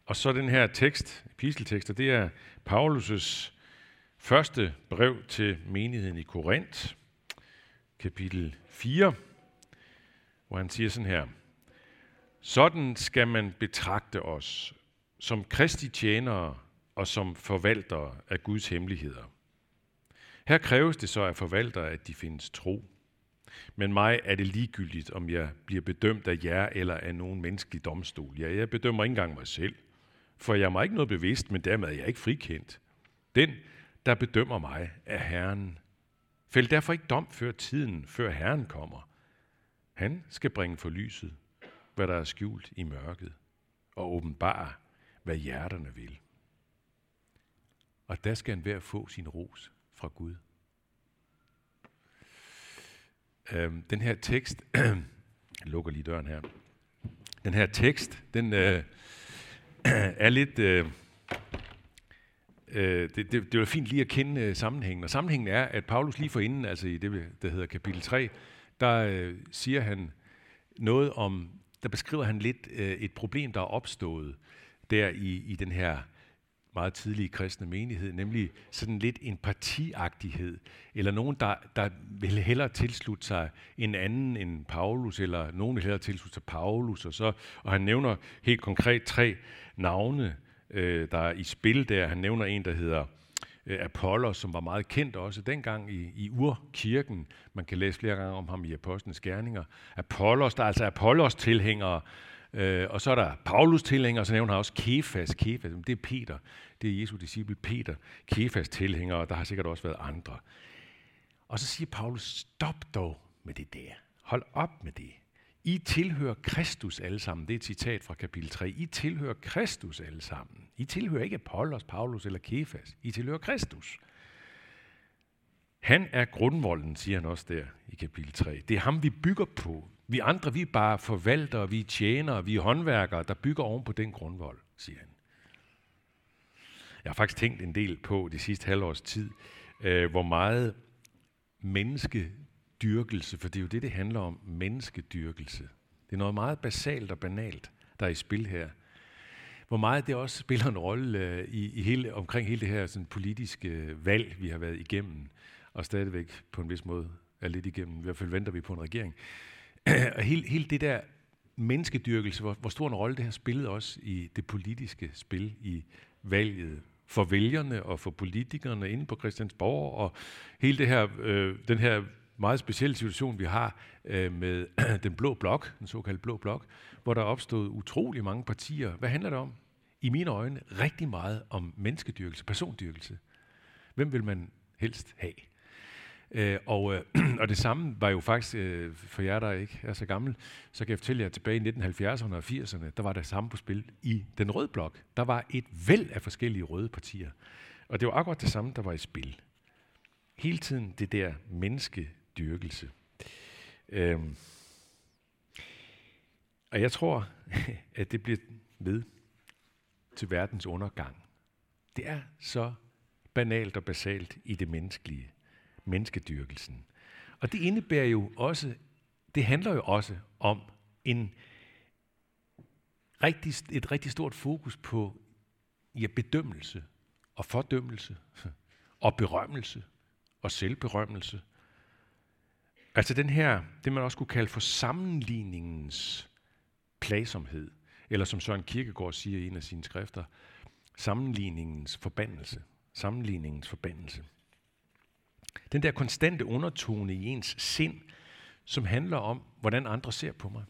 Og så den her tekst, episteltekster, det er Paulus' første brev til menigheden i Korinth, kapitel 4, hvor han siger sådan her: sådan skal man betragte os som Kristi tjenere og som forvaltere af Guds hemmeligheder. Her kræves det så af forvaltere, at de findes tro. Men mig er det ligegyldigt, om jeg bliver bedømt af jer eller af nogen menneskelig domstol. Ja, jeg bedømmer ikke engang mig selv, for jeg er mig ikke noget bevidst, men dermed er jeg ikke frikendt. Den, der bedømmer mig, er Herren. Fæld derfor ikke dom før tiden, før Herren kommer. Han skal bringe for lyset, hvad der er skjult i mørket, og åbenbare, hvad hjerterne vil. Og der skal enhver få sin ros fra Gud. Den her tekst, jeg lukker lige døren her. Den her tekst, den er lidt, det var fint lige at kende sammenhængen. Og sammenhængen er, at Paulus lige forinden, altså i det, der hedder kapitel 3, der siger han noget om, der beskriver han lidt et problem, der er opstået der i den her meget tidlige kristne menighed, nemlig sådan lidt en partiagtighed, eller nogen, der vil hellere tilslutte sig en anden end Paulus, eller nogen vil hellere tilslutte sig Paulus, og han nævner helt konkret 3 navne, der er i spil der. Han nævner en, der hedder Apollos, som var meget kendt også dengang i urkirken. Man kan læse flere gange om ham i Apostlenes Gerninger. Apollos, der er altså Apollos-tilhængere, og så er der Paulus-tilhængere, og så nævner han også Kefas. Kefas, det er Peter. Det er Jesu disciple Peter. Kefas-tilhængere, og der har sikkert også været andre. Og så siger Paulus, stop dog med det der. Hold op med det. I tilhører Kristus alle sammen. Det er et citat fra kapitel 3. I tilhører Kristus alle sammen. I tilhører ikke Apollos, Paulus eller Kefas. I tilhører Kristus. Han er grundvolden, siger han også der i kapitel 3. Det er ham, vi bygger på. Vi andre, vi er bare forvaltere, vi er tjenere, vi er håndværkere, der bygger oven på den grundvold, siger han. Jeg har faktisk tænkt en del på det sidste halvårs tid, hvor meget menneskedyrkelse, for det er jo det handler om, menneskedyrkelse. Det er noget meget basalt og banalt, der er i spil her. Hvor meget det også spiller en rolle omkring hele det her sådan, politiske valg, vi har været igennem, og stadigvæk på en vis måde er lidt igennem. I hvert fald venter vi på en regering. Og hele det der menneskedyrkelse, hvor stor en rolle det har spillet også i det politiske spil, i valget for vælgerne og for politikerne inde på Christiansborg, og hele det her, den her meget specielle situation, vi har med den blå blok, den såkaldte blå blok, hvor der er opstået utrolig mange partier. Hvad handler det om? I mine øjne rigtig meget om menneskedyrkelse, persondyrkelse. Hvem vil man helst have? Og det samme var jo faktisk, for jer, der ikke er så gammel, så kan jeg fortælle jer, tilbage i 1970'erne og 80'erne, der var det samme på spil i den røde blok. Der var et væld af forskellige røde partier. Og det var akkurat det samme, der var i spil. Hele tiden det der menneskedyrkelse. Og jeg tror, at det bliver ved til verdens undergang. Det er så banalt og basalt i det menneskelige. Menneskedyrkelsen. Og det indebærer jo også, det handler jo også om et rigtig stort fokus på bedømmelse og fordømmelse og berømmelse og selvberømmelse. Altså det man også kunne kalde for sammenligningens plagsomhed, eller som Søren Kierkegaard siger i en af sine skrifter, sammenligningens forbandelse. Sammenligningens forbandelse. Den der konstante undertone i ens sind, som handler om, hvordan andre ser på mig.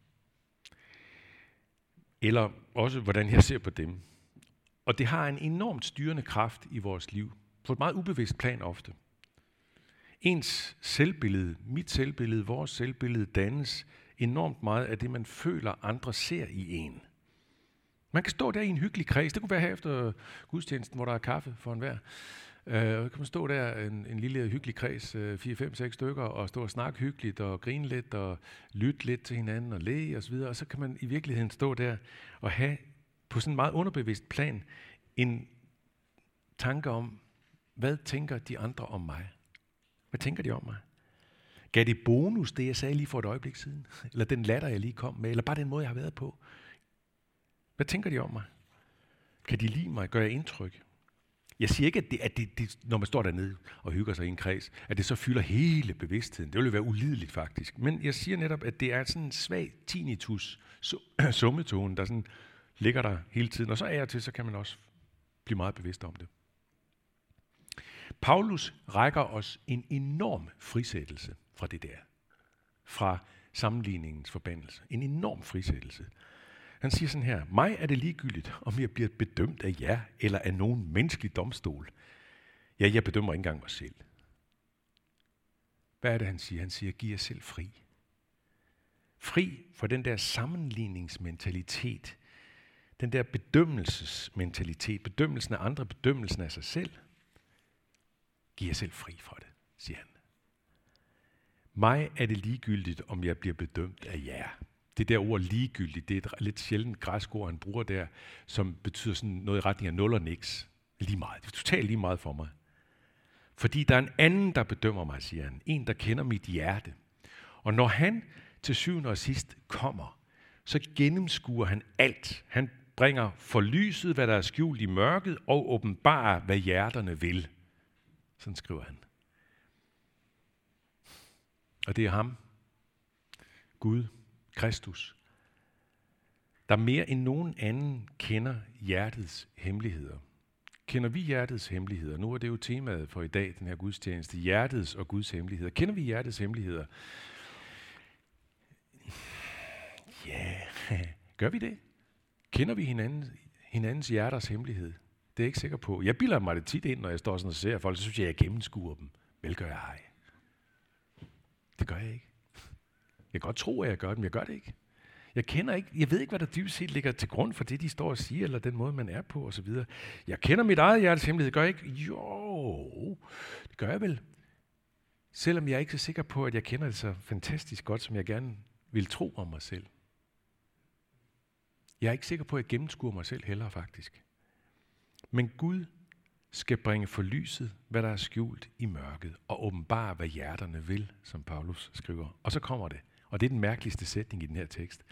Eller også, hvordan jeg ser på dem. Og det har en enormt styrende kraft i vores liv, på et meget ubevidst plan ofte. Ens selvbillede, mit selvbillede, vores selvbillede dannes enormt meget af det, man føler, andre ser i en. Man kan stå der i en hyggelig kreds. Det kunne være her efter gudstjenesten, hvor der er kaffe for enhver. Kan man stå der en lille hyggelig kreds, 4, 5, 6 stykker, og stå og snakke hyggeligt, og grine lidt, og lytte lidt til hinanden, og le og så videre. Og så kan man i virkeligheden stå der og have på sådan en meget underbevidst plan en tanke om, hvad tænker de andre om mig? Hvad tænker de om mig? Gav det bonus, det jeg sagde lige for et øjeblik siden? Eller den latter, jeg lige kom med? Eller bare den måde, jeg har været på? Hvad tænker de om mig? Kan de lide mig? Gør jeg indtryk? Jeg siger ikke, at det, når man står dernede og hygger sig i en kreds, at det så fylder hele bevidstheden. Det vil jo være ulideligt faktisk. Men jeg siger netop, at det er sådan en svag tinnitus summetone, der sådan ligger der hele tiden. Og så af og til, så kan man også blive meget bevidst om det. Paulus rækker os en enorm frisættelse fra det der. Fra sammenligningens forbandelse. En enorm frisættelse. Han siger sådan her: mig er det ligegyldigt, om jeg bliver bedømt af jer eller af nogen menneskelig domstol. Ja, jeg bedømmer ikke engang mig selv. Hvad er det, han siger? Han siger, giv jer selv fri. Fri for den der sammenligningsmentalitet. Den der bedømmelsesmentalitet. Bedømmelsen af andre, bedømmelsen af sig selv. Giv jer selv fri fra det, siger han. Mig er det ligegyldigt, om jeg bliver bedømt af jer. Det der ord ligegyldigt, det er et lidt sjældent græsk ord, han bruger der, som betyder sådan noget i retning af nul og niks. Lige meget. Det er totalt lige meget for mig. Fordi der er en anden, der bedømmer mig, siger han. En, der kender mit hjerte. Og når han til syvende og sidst kommer, så gennemskuer han alt. Han bringer for lyset, hvad der er skjult i mørket, og åbenbarer, hvad hjerterne vil. Sådan skriver han. Og det er ham, Gud, Kristus, der mere end nogen anden kender hjertets hemmeligheder. Kender vi hjertets hemmeligheder? Nu er det jo temaet for i dag, den her gudstjeneste. Hjertets og Guds hemmeligheder. Kender vi hjertets hemmeligheder? Ja, gør vi det? Kender vi hinandens hjerters hemmelighed? Det er jeg ikke sikker på. Jeg bilder mig det tit ind, når jeg står sådan og ser folk, så synes jeg gennemskuer dem. Vel gør jeg ej. Det gør jeg ikke. Jeg kan godt tro, at jeg gør det, men jeg gør det ikke. Jeg ved ikke, hvad der dybest set ligger til grund for det, de står og siger, eller den måde, man er på, osv. Jeg kender mit eget hjertes hemmelighed, gør jeg ikke? Jo, det gør jeg vel. Selvom jeg er ikke så sikker på, at jeg kender det så fantastisk godt, som jeg gerne vil tro om mig selv. Jeg er ikke sikker på, at jeg gennemskuer mig selv heller, faktisk. Men Gud skal bringe for lyset, hvad der er skjult i mørket, og åbenbare, hvad hjerterne vil, som Paulus skriver. Og så kommer det, og det er den mærkeligste sætning i den her tekst.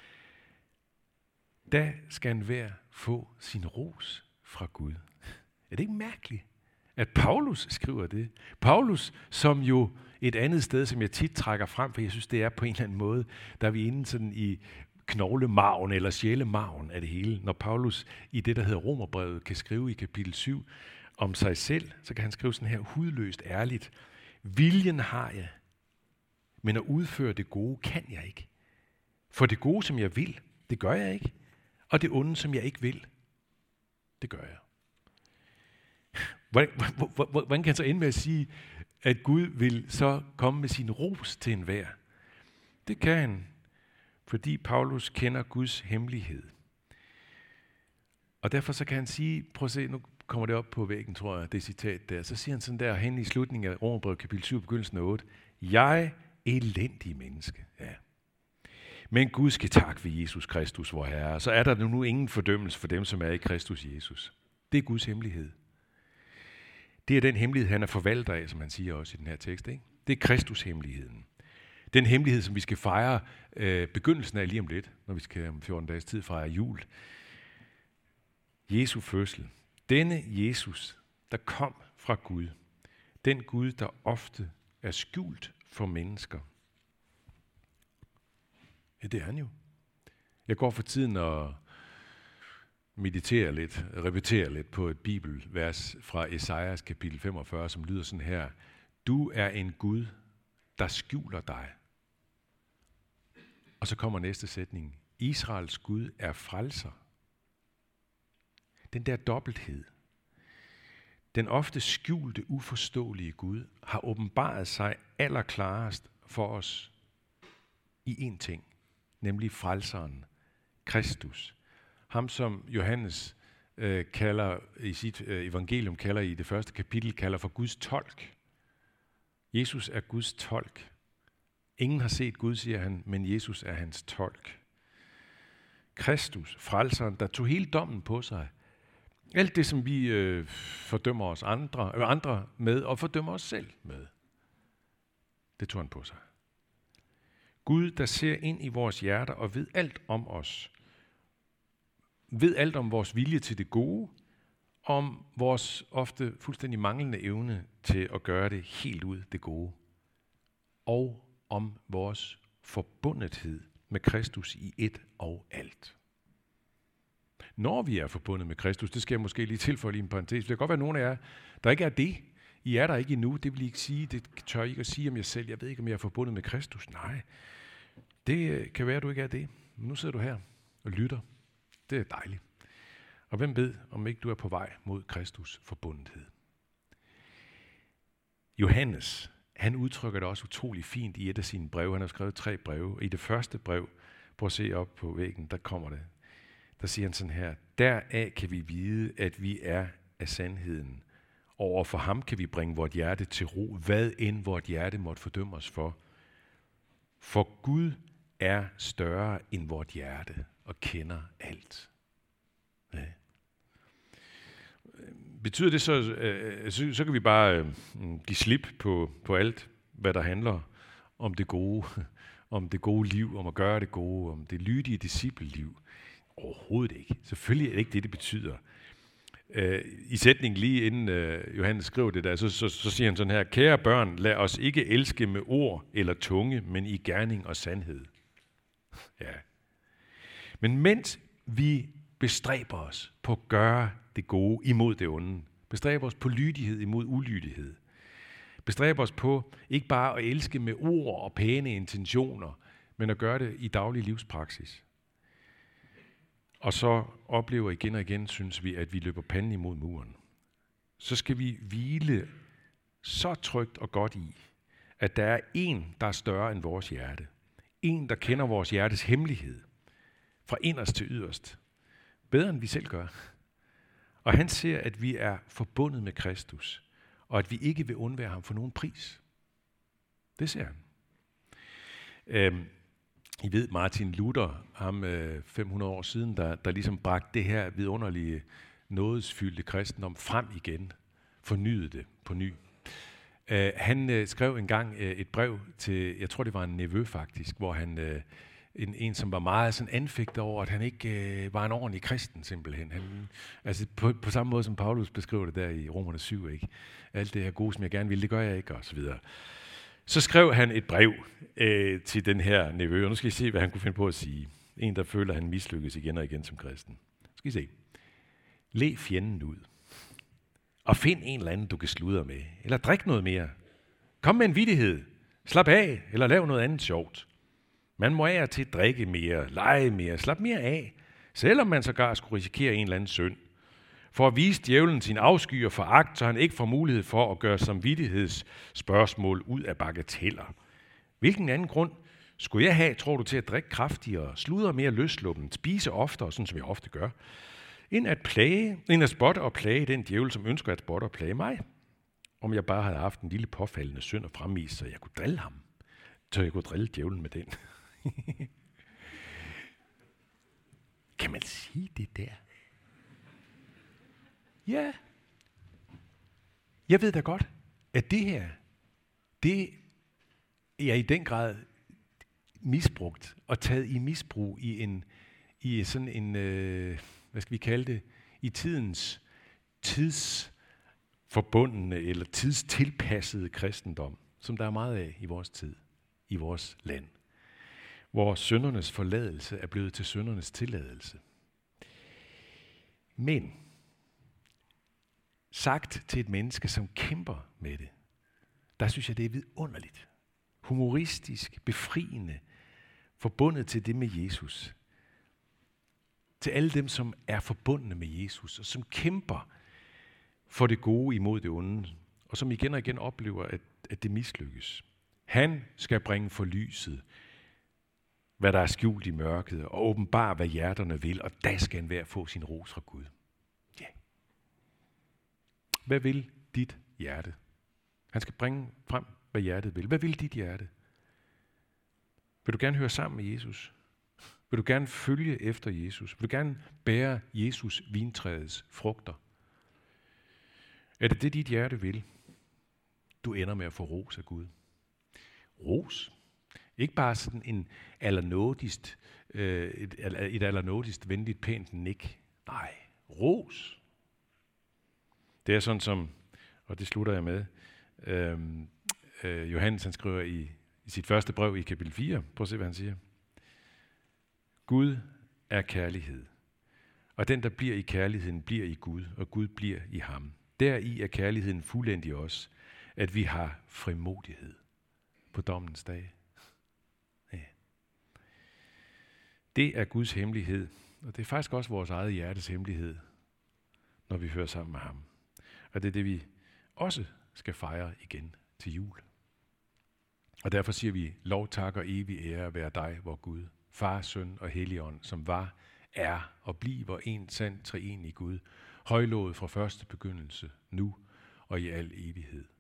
Da skal enhver få sin ros fra Gud. Er det ikke mærkeligt, at Paulus skriver det? Paulus, som jo et andet sted, som jeg tit trækker frem, for jeg synes, det er på en eller anden måde, der er vi inde sådan i knoglemarven eller sjælemarven af det hele. Når Paulus i det, der hedder Romerbrevet, kan skrive i kapitel 7 om sig selv, så kan han skrive sådan her hudløst ærligt. Viljen har jeg, men at udføre det gode kan jeg ikke. For det gode, som jeg vil, det gør jeg ikke. Og det onde, som jeg ikke vil, det gør jeg. Hvordan kan han så ende med at sige, at Gud vil så komme med sin ros til enhver? Det kan han, fordi Paulus kender Guds hemmelighed. Og derfor så kan han sige, prøv at se, nu kommer det op på væggen, tror jeg, det citat der. Så siger han sådan der hen i slutningen af Romerbrevet kapitel 7, begyndelsen af 8. Jeg elendig menneske. Ja. Men Gud skal tak ved Jesus Kristus, vor Herre. Så er der nu ingen fordømmelse for dem, som er i Kristus Jesus. Det er Guds hemmelighed. Det er den hemmelighed, han er forvalter af, som han siger også i den her tekst. Ikke? Det er Kristus-hemmeligheden. Den hemmelighed, som vi skal fejre begyndelsen af lige om lidt, når vi skal om 14 dages tid fejre jul. Jesu fødsel. Denne Jesus, der kom fra Gud. Den Gud, der ofte er skjult for mennesker. Ja, det er han jo. Jeg går for tiden og mediterer lidt, repeterer lidt på et bibelvers fra Esajas kapitel 45, som lyder sådan her. Du er en Gud, der skjuler dig. Og så kommer næste sætning. Israels Gud er frelser. Den der dobbelthed, den ofte skjulte, uforståelige Gud, har åbenbaret sig allerklarest for os i én ting, nemlig frelseren, Kristus. Ham, som Johannes kalder i sit evangelium, kalder i det første kapitel, kalder for Guds tolk. Jesus er Guds tolk. Ingen har set Gud, siger han, men Jesus er hans tolk. Kristus, frelseren, der tog hele dommen på sig. Alt det, som vi fordømmer os andre med, og fordømmer os selv med, det tog han på sig. Gud, der ser ind i vores hjerter og ved alt om os, ved alt om vores vilje til det gode, om vores ofte fuldstændig manglende evne til at gøre det helt ud det gode, og om vores forbundethed med Kristus i et og alt. Når vi er forbundet med Kristus, det skal jeg måske lige tilføje lige en parentes, det kan godt være nogen af jer, der ikke er det. I er der ikke endnu, det vil I ikke sige, det tør I ikke at sige om jer selv. Jeg ved ikke, om jeg er forbundet med Kristus. Nej, det kan være, at du ikke er det. Men nu sidder du her og lytter. Det er dejligt. Og hvem ved, om ikke du er på vej mod Kristus forbundethed. Johannes, han udtrykker det også utrolig fint i et af sine breve. Han har skrevet 3 breve. I det første brev, prøv at se op på væggen, der kommer det. Der siger han sådan her: deraf kan vi vide, at vi er af sandheden. Over for ham kan vi bringe vort hjerte til ro, hvad end vort hjerte måtte fordømme os for. For Gud er større end vort hjerte og kender alt. Ja. Betyder det så kan vi bare give slip på alt, hvad der handler om det gode liv, om at gøre det gode, om det lydige discipleliv? Overhovedet ikke. Selvfølgelig er det ikke det betyder. I sætningen lige inden Johannes skriver det der, så siger han sådan her: kære børn, lad os ikke elske med ord eller tunge, men i gerning og sandhed. Ja. Men mens vi bestræber os på at gøre det gode imod det onde, bestræber os på lydighed imod ulydighed, bestræber os på ikke bare at elske med ord og pæne intentioner, men at gøre det i daglig livspraksis. Og så oplever igen og igen, synes vi, at vi løber panden imod muren. Så skal vi hvile så trygt og godt i, at der er en, der er større end vores hjerte. En, der kender vores hjertes hemmelighed. Fra inderst til yderst. Bedre end vi selv gør. Og han ser, at vi er forbundet med Kristus, og at vi ikke vil undvære ham for nogen pris. Det ser han. I ved, Martin Luther, ham 500 år siden, der ligesom bragte det her vidunderlige, nådesfyldte kristendom frem igen, fornyede det på ny. Han skrev engang et brev til, jeg tror det var en nevø faktisk, hvor han, en som var meget sådan anfægtet over, at han ikke var en ordentlig kristen simpelthen. Altså på samme måde som Paulus beskriver det der i Romerne 7, ikke? Alt det her gode, som jeg gerne vil, det gør jeg ikke, og så videre. Så skrev han et brev til den her nevø, og nu skal I se, hvad han kunne finde på at sige. En, der føler, at han mislykkes igen og igen som kristen. Skal I se. Læg fjenden ud. Og find en eller anden, du kan sludre med. Eller drik noget mere. Kom med en vittighed. Slap af, eller lav noget andet sjovt. Man må af til at drikke mere, lege mere, slap mere af. Selvom man sågar skulle risikere en eller anden synd. For at vise djævlen sin afsky og foragt, så han ikke får mulighed for at gøre samvittighedsspørgsmål ud af bagateller. Hvilken anden grund skulle jeg have, tror du, til at drikke kraftigere, sludre mere løsluppen, spise oftere, sådan som jeg ofte gør, end at spotte og plage den djævel, som ønsker at spotte og plage mig? Om jeg bare havde haft en lille påfaldende synd og fremvise, så jeg kunne drille ham, så jeg kunne drille djævlen med den. Kan man sige det der? Ja. Jeg ved da godt, at det her, det er i den grad misbrugt og taget i misbrug i sådan en, hvad skal vi kalde det, i tidsforbundne eller tidstilpassede kristendom, som der er meget af i vores tid, i vores land, hvor syndernes forladelse er blevet til syndernes tilladelse. Men sagt til et menneske, som kæmper med det, der synes jeg, det er vidunderligt, humoristisk, befriende, forbundet til det med Jesus. Til alle dem, som er forbundne med Jesus, og som kæmper for det gode imod det onde, og som igen og igen oplever, at det mislykkes. Han skal bringe for lyset, hvad der er skjult i mørket, og åbenbare, hvad hjerterne vil, og da skal enhver få sin ros fra Gud. Ja. Hvad vil dit hjerte? Han skal bringe frem, hvad hjertet vil. Hvad vil dit hjerte? Vil du gerne høre sammen med Jesus? Vil du gerne følge efter Jesus? Vil du gerne bære Jesus vintræets frugter? Er det dit hjerte vil? Du ender med at få ros af Gud. Ros? Ikke bare sådan en allernådigst, et allernådigst venligt pænt nik. Nej, ros. Det er sådan som, og det slutter jeg med, Johannes han skriver i sit første brev i kapitel 4. Prøv at se, hvad han siger. Gud er kærlighed. Og den, der bliver i kærligheden, bliver i Gud, og Gud bliver i ham. Deri er kærligheden fuldendt i os, at vi har frimodighed på dommens dag. Ja. Det er Guds hemmelighed, og det er faktisk også vores eget hjertes hemmelighed, når vi hører sammen med ham. Og det er det, vi også skal fejre igen til jul. Og derfor siger vi, lov, tak og evig ære være dig, vor Gud, Far, Søn og Helligånd, som var, er og bliver en sand treenig Gud, højlovet fra første begyndelse, nu og i al evighed.